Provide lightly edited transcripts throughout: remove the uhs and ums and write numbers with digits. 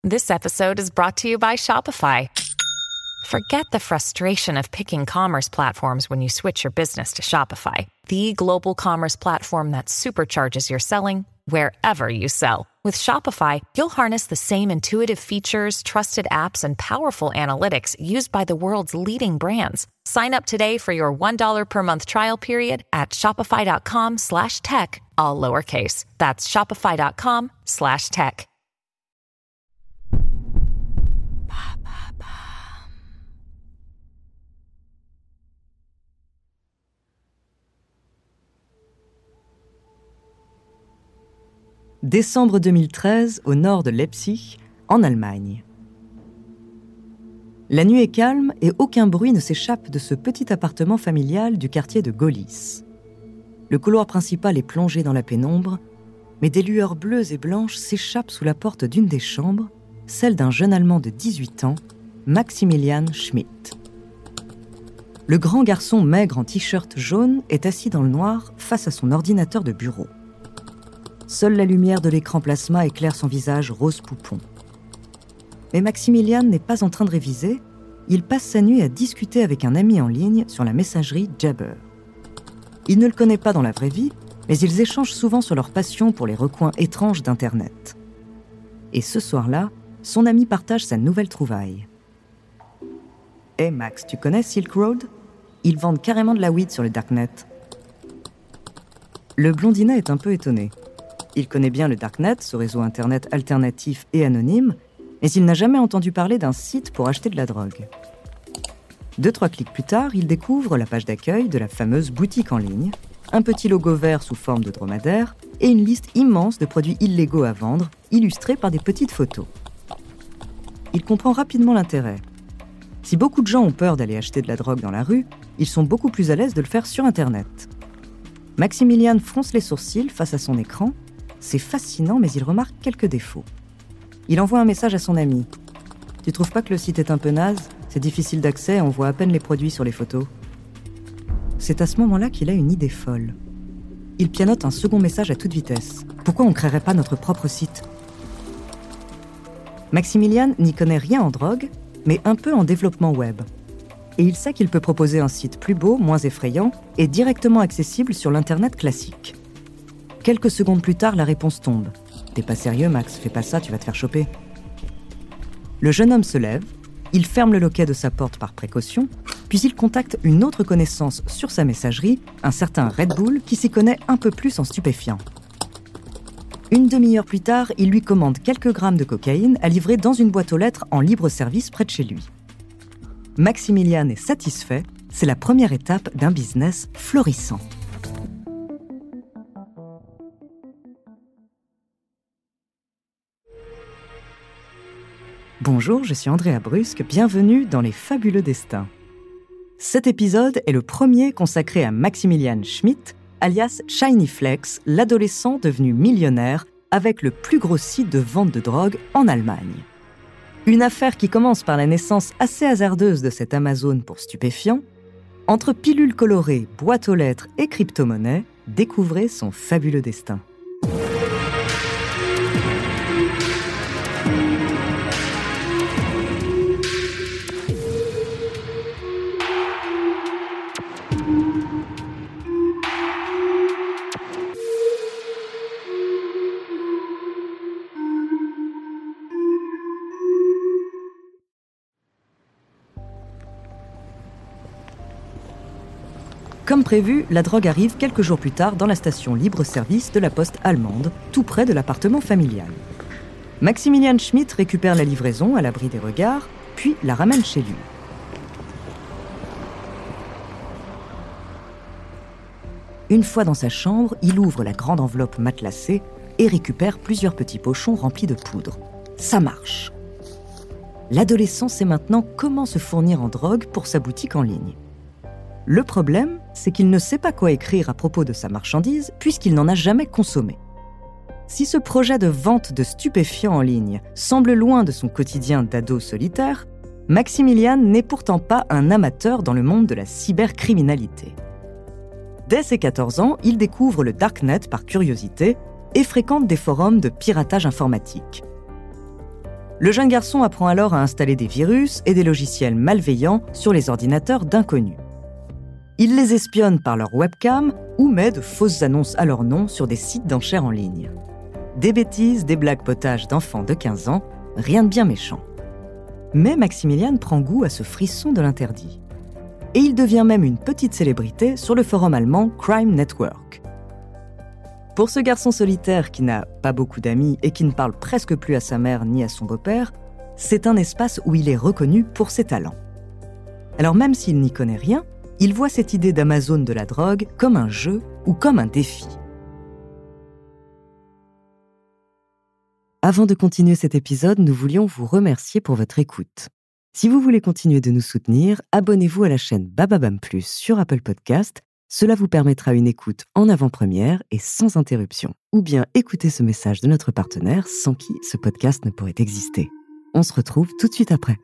This episode is brought to you by Shopify. Forget the frustration of picking commerce platforms when you switch your business to Shopify, the global commerce platform that supercharges your selling wherever you sell. With Shopify, you'll harness the same intuitive features, trusted apps, and powerful analytics used by the world's leading brands. Sign up today for your $1 per month trial period at shopify.com/tech, all lowercase. That's shopify.com/tech. Décembre 2013, au nord de Leipzig, en Allemagne. La nuit est calme et aucun bruit ne s'échappe de ce petit appartement familial du quartier de Gohlis. Le couloir principal est plongé dans la pénombre, mais des lueurs bleues et blanches s'échappent sous la porte d'une des chambres, celle d'un jeune Allemand de 18 ans, Maximilian Schmidt. Le grand garçon maigre en t-shirt jaune est assis dans le noir face à son ordinateur de bureau. Seule la lumière de l'écran plasma éclaire son visage rose poupon. Mais Maximilian n'est pas en train de réviser, il passe sa nuit à discuter avec un ami en ligne sur la messagerie Jabber. Il ne le connaît pas dans la vraie vie, mais ils échangent souvent sur leur passion pour les recoins étranges d'Internet. Et ce soir-là, son ami partage sa nouvelle trouvaille. « Hey Max, tu connais Silk Road ? Ils vendent carrément de la weed sur le Darknet. » Le blondinet est un peu étonné. Il connaît bien le Darknet, ce réseau Internet alternatif et anonyme, mais il n'a jamais entendu parler d'un site pour acheter de la drogue. 2-3 clics plus tard, il découvre la page d'accueil de la fameuse boutique en ligne, un petit logo vert sous forme de dromadaire et une liste immense de produits illégaux à vendre, illustrés par des petites photos. Il comprend rapidement l'intérêt. Si beaucoup de gens ont peur d'aller acheter de la drogue dans la rue, ils sont beaucoup plus à l'aise de le faire sur Internet. Maximilian fronce les sourcils face à son écran. C'est fascinant, mais il remarque quelques défauts. Il envoie un message à son ami. « Tu trouves pas que le site est un peu naze ? C'est difficile d'accès, on voit à peine les produits sur les photos. » C'est à ce moment-là qu'il a une idée folle. Il pianote un second message à toute vitesse. Pourquoi on ne créerait pas notre propre site ? Maximilian n'y connaît rien en drogue, mais un peu en développement web. Et il sait qu'il peut proposer un site plus beau, moins effrayant, et directement accessible sur l'Internet classique. Quelques secondes plus tard, la réponse tombe. « T'es pas sérieux, Max, fais pas ça, tu vas te faire choper. » Le jeune homme se lève, il ferme le loquet de sa porte par précaution, puis il contacte une autre connaissance sur sa messagerie, un certain Red Bull qui s'y connaît un peu plus en stupéfiants. Une demi-heure plus tard, il lui commande quelques grammes de cocaïne à livrer dans une boîte aux lettres en libre service près de chez lui. Maximilian est satisfait, c'est la première étape d'un business florissant. Bonjour, je suis Andrea Brusque, bienvenue dans Les Fabuleux Destins. Cet épisode est le premier consacré à Maximilian Schmidt, alias Shiny Flex, l'adolescent devenu millionnaire avec le plus gros site de vente de drogue en Allemagne. Une affaire qui commence par la naissance assez hasardeuse de cette Amazone pour stupéfiants. Entre pilules colorées, boîtes aux lettres et crypto-monnaies, découvrez son fabuleux destin. Comme prévu, la drogue arrive quelques jours plus tard dans la station libre-service de la poste allemande, tout près de l'appartement familial. Maximilian Schmidt récupère la livraison à l'abri des regards, puis la ramène chez lui. Une fois dans sa chambre, il ouvre la grande enveloppe matelassée et récupère plusieurs petits pochons remplis de poudre. Ça marche. L'adolescent sait maintenant comment se fournir en drogue pour sa boutique en ligne. Le problème, c'est qu'il ne sait pas quoi écrire à propos de sa marchandise puisqu'il n'en a jamais consommé. Si ce projet de vente de stupéfiants en ligne semble loin de son quotidien d'ado solitaire, Maximilian n'est pourtant pas un amateur dans le monde de la cybercriminalité. Dès ses 14 ans, il découvre le Darknet par curiosité et fréquente des forums de piratage informatique. Le jeune garçon apprend alors à installer des virus et des logiciels malveillants sur les ordinateurs d'inconnus. Il les espionne par leur webcam ou met de fausses annonces à leur nom sur des sites d'enchères en ligne. Des bêtises, des blagues potages d'enfants de 15 ans, rien de bien méchant. Mais Maximilian prend goût à ce frisson de l'interdit. Et il devient même une petite célébrité sur le forum allemand Crime Network. Pour ce garçon solitaire qui n'a pas beaucoup d'amis et qui ne parle presque plus à sa mère ni à son beau-père, c'est un espace où il est reconnu pour ses talents. Alors même s'il n'y connaît rien, il voit cette idée d'Amazon de la drogue comme un jeu ou comme un défi. Avant de continuer cet épisode, nous voulions vous remercier pour votre écoute. Si vous voulez continuer de nous soutenir, abonnez-vous à la chaîne Bababam Plus sur Apple Podcast. Cela vous permettra une écoute en avant-première et sans interruption. Ou bien écoutez ce message de notre partenaire sans qui ce podcast ne pourrait exister. On se retrouve tout de suite après.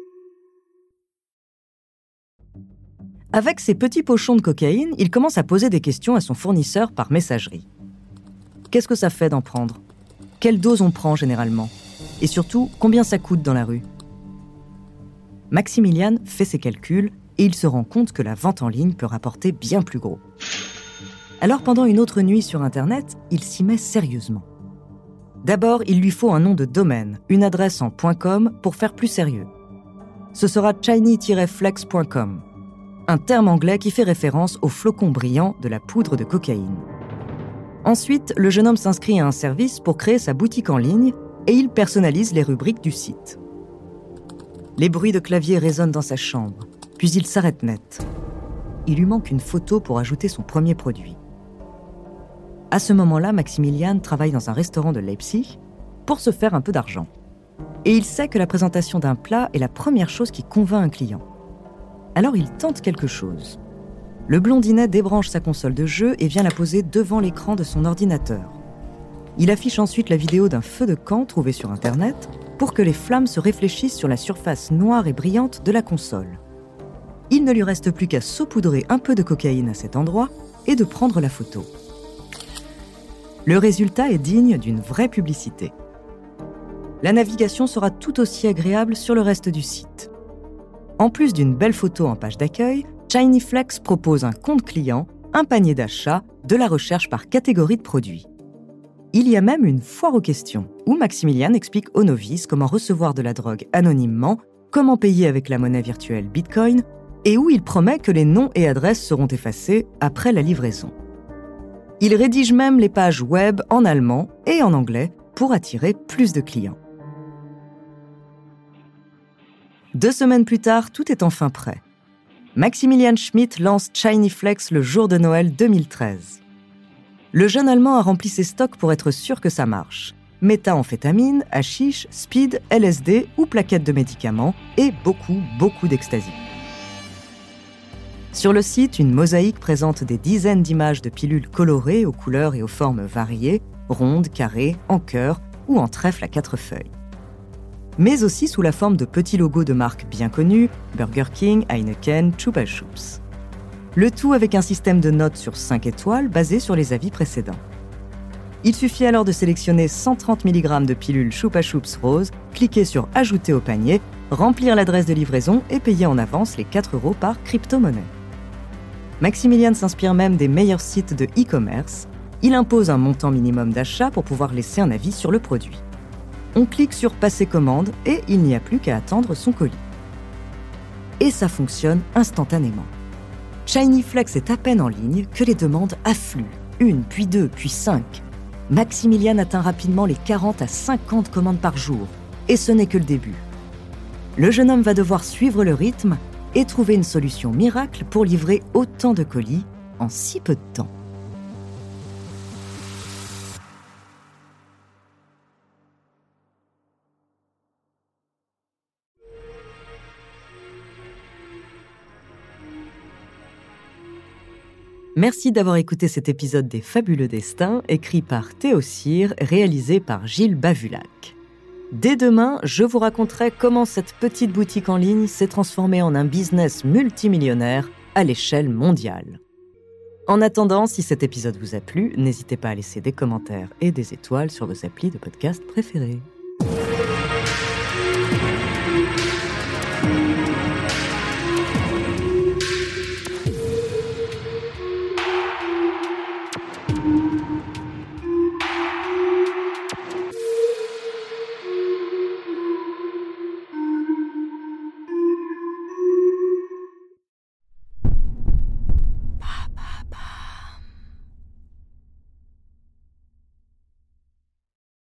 Avec ses petits pochons de cocaïne, il commence à poser des questions à son fournisseur par messagerie. Qu'est-ce que ça fait d'en prendre ? Quelle dose on prend généralement ? Et surtout, combien ça coûte dans la rue ? Maximilian fait ses calculs et il se rend compte que la vente en ligne peut rapporter bien plus gros. Alors pendant une autre nuit sur Internet, il s'y met sérieusement. D'abord, il lui faut un nom de domaine, une adresse en .com pour faire plus sérieux. Ce sera shiny-flex.com, un terme anglais qui fait référence au flocon brillant de la poudre de cocaïne. Ensuite, le jeune homme s'inscrit à un service pour créer sa boutique en ligne et il personnalise les rubriques du site. Les bruits de clavier résonnent dans sa chambre. Puis il s'arrête net. Il lui manque une photo pour ajouter son premier produit. À ce moment-là, Maximilian travaille dans un restaurant de Leipzig pour se faire un peu d'argent. Et il sait que la présentation d'un plat est la première chose qui convainc un client. Alors il tente quelque chose. Le blondinet débranche sa console de jeu et vient la poser devant l'écran de son ordinateur. Il affiche ensuite la vidéo d'un feu de camp trouvé sur Internet pour que les flammes se réfléchissent sur la surface noire et brillante de la console. Il ne lui reste plus qu'à saupoudrer un peu de cocaïne à cet endroit et de prendre la photo. Le résultat est digne d'une vraie publicité. La navigation sera tout aussi agréable sur le reste du site. En plus d'une belle photo en page d'accueil, ShinyFlex propose un compte client, un panier d'achat, de la recherche par catégorie de produits. Il y a même une foire aux questions, où Maximilian explique aux novices comment recevoir de la drogue anonymement, comment payer avec la monnaie virtuelle Bitcoin, et où il promet que les noms et adresses seront effacés après la livraison. Il rédige même les pages web en allemand et en anglais pour attirer plus de clients. 2 semaines plus tard, tout est enfin prêt. Maximilian Schmidt lance ShinyFlex le jour de Noël 2013. Le jeune Allemand a rempli ses stocks pour être sûr que ça marche. Méthamphétamine, hashish, speed, LSD ou plaquettes de médicaments et beaucoup d'ecstasy. Sur le site, une mosaïque présente des dizaines d'images de pilules colorées aux couleurs et aux formes variées, rondes, carrées, en cœur ou en trèfle à 4 feuilles. Mais aussi sous la forme de petits logos de marques bien connues, Burger King, Heineken, Chupa Chups. Le tout avec un système de notes sur 5 étoiles basé sur les avis précédents. Il suffit alors de sélectionner 130 mg de pilules Chupa Chups rose, cliquer sur « Ajouter au panier », remplir l'adresse de livraison et payer en avance les 4 € par crypto-monnaie. Maximilian s'inspire même des meilleurs sites de e-commerce. Il impose un montant minimum d'achat pour pouvoir laisser un avis sur le produit. On clique sur « Passer commande » et il n'y a plus qu'à attendre son colis. Et ça fonctionne instantanément. ShinyFlex est à peine en ligne que les demandes affluent. 1, puis 2, puis 5. Maximilian atteint rapidement les 40 à 50 commandes par jour. Et ce n'est que le début. Le jeune homme va devoir suivre le rythme et trouver une solution miracle pour livrer autant de colis en si peu de temps. Merci d'avoir écouté cet épisode des Fabuleux Destins, écrit par Théo Cyr, réalisé par Gilles Bavulac. Dès demain, je vous raconterai comment cette petite boutique en ligne s'est transformée en un business multimillionnaire à l'échelle mondiale. En attendant, si cet épisode vous a plu, n'hésitez pas à laisser des commentaires et des étoiles sur vos applis de podcast préférés.